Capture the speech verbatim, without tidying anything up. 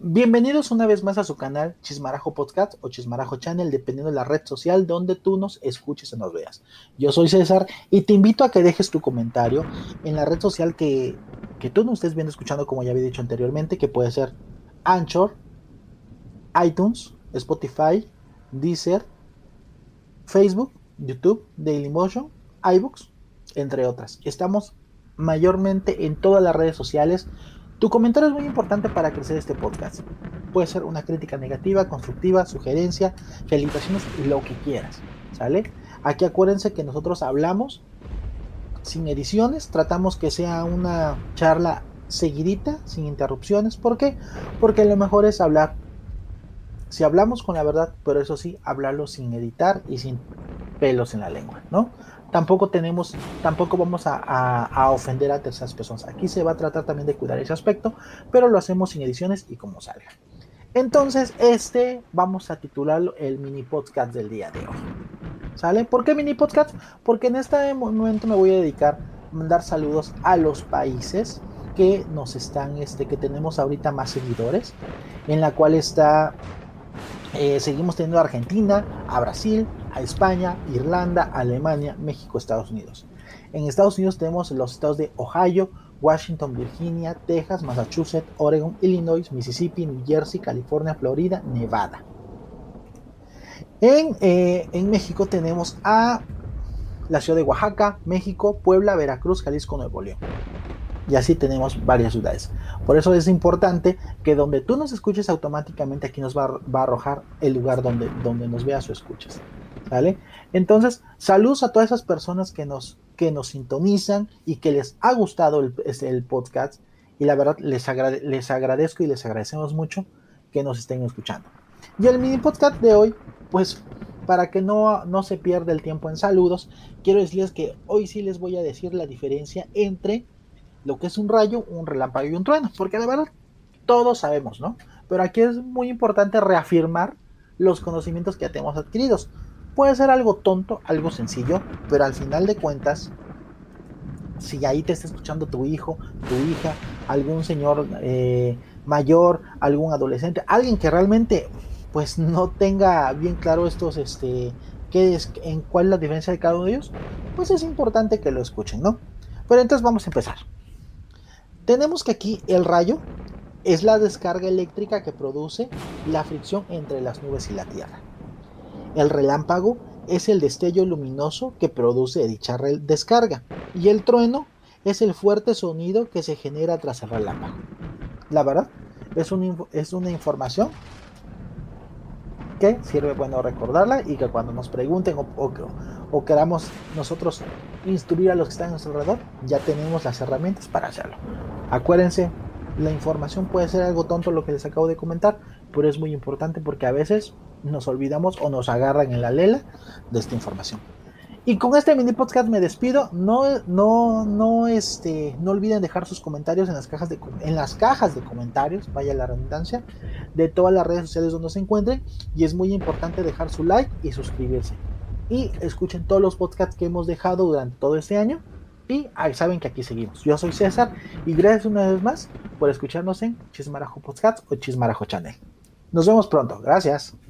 Bienvenidos una vez más a su canal Chismarajo Podcast o Chismarajo Channel, dependiendo de la red social donde tú nos escuches o nos veas. Yo soy César y te invito a que dejes tu comentario en la red social que, que tú nos estés viendo, escuchando, como ya había dicho anteriormente, que puede ser Anchor, iTunes, Spotify, Deezer, Facebook, YouTube, Dailymotion, iBooks, entre otras. Estamos mayormente en todas las redes sociales. Tu comentario es muy importante para crecer este podcast. Puede ser una crítica negativa, constructiva, sugerencia, felicitaciones, lo que quieras, ¿sale? Aquí acuérdense que nosotros hablamos sin ediciones, tratamos que sea una charla seguidita, sin interrupciones. ¿Por qué? Porque lo mejor es hablar. Si hablamos con la verdad, pero eso sí, hablarlo sin editar y sin pelos en la lengua, ¿no? Tampoco tenemos, tampoco vamos a, a, a ofender a terceras personas. Aquí se va a tratar también de cuidar ese aspecto, pero lo hacemos sin ediciones y como salga. Entonces, este vamos a titularlo el mini podcast del día de hoy. ¿Sale? ¿Por qué mini podcast? Porque en este momento me voy a dedicar a mandar saludos a los países que nos están, este, que tenemos ahorita más seguidores, en la cual está Eh, seguimos teniendo a Argentina, a Brasil, a España, Irlanda, Alemania, México, Estados Unidos. En Estados Unidos tenemos los estados de Ohio, Washington, Virginia, Texas, Massachusetts, Oregon, Illinois, Mississippi, New Jersey, California, Florida, Nevada. En, eh, en México tenemos a la ciudad de Oaxaca, México, Puebla, Veracruz, Jalisco, Nuevo León. Y así tenemos varias ciudades. Por eso es importante que donde tú nos escuches, automáticamente aquí nos va, va a arrojar el lugar donde, donde nos veas o escuches. ¿Vale? Entonces, saludos a todas esas personas que nos, que nos sintonizan y que les ha gustado el, el podcast. Y la verdad, les, agrade, les agradezco y les agradecemos mucho que nos estén escuchando. Y el mini podcast de hoy, pues, para que no, no se pierda el tiempo en saludos, quiero decirles que hoy sí les voy a decir la diferencia entre lo que es un rayo, un relámpago y un trueno, porque de verdad todos sabemos, ¿no? Pero aquí es muy importante reafirmar los conocimientos que ya tenemos adquiridos. Puede ser algo tonto, algo sencillo, pero al final de cuentas, si ahí te está escuchando tu hijo, tu hija, algún señor eh, mayor, algún adolescente, alguien que realmente pues no tenga bien claro estos, este, qué es, en cuál es la diferencia de cada uno de ellos, pues es importante que lo escuchen, ¿no? Pero entonces vamos a empezar. Tenemos que aquí el rayo es la descarga eléctrica que produce la fricción entre las nubes y la tierra. El relámpago es el destello luminoso que produce dicha descarga. Y el trueno es el fuerte sonido que se genera tras el relámpago. La verdad, es, un, es una información que sirve bueno recordarla y que cuando nos pregunten o, o, o queramos nosotros instruir a los que están a nuestro alrededor, ya tenemos las herramientas para hacerlo. Acuérdense, la información puede ser algo tonto lo que les acabo de comentar, pero es muy importante porque a veces nos olvidamos o nos agarran en la lela de esta información. Y con este mini podcast me despido. No, no, no, este, no olviden dejar sus comentarios en las cajas de, en las cajas de comentarios, vaya la redundancia, de todas las redes sociales donde se encuentren. Y es muy importante dejar su like y suscribirse. Y escuchen todos los podcasts que hemos dejado durante todo este año. Y ahí saben que aquí seguimos. Yo soy César y gracias una vez más por escucharnos en Chismarajo Podcast o Chismarajo Channel. Nos vemos pronto. Gracias.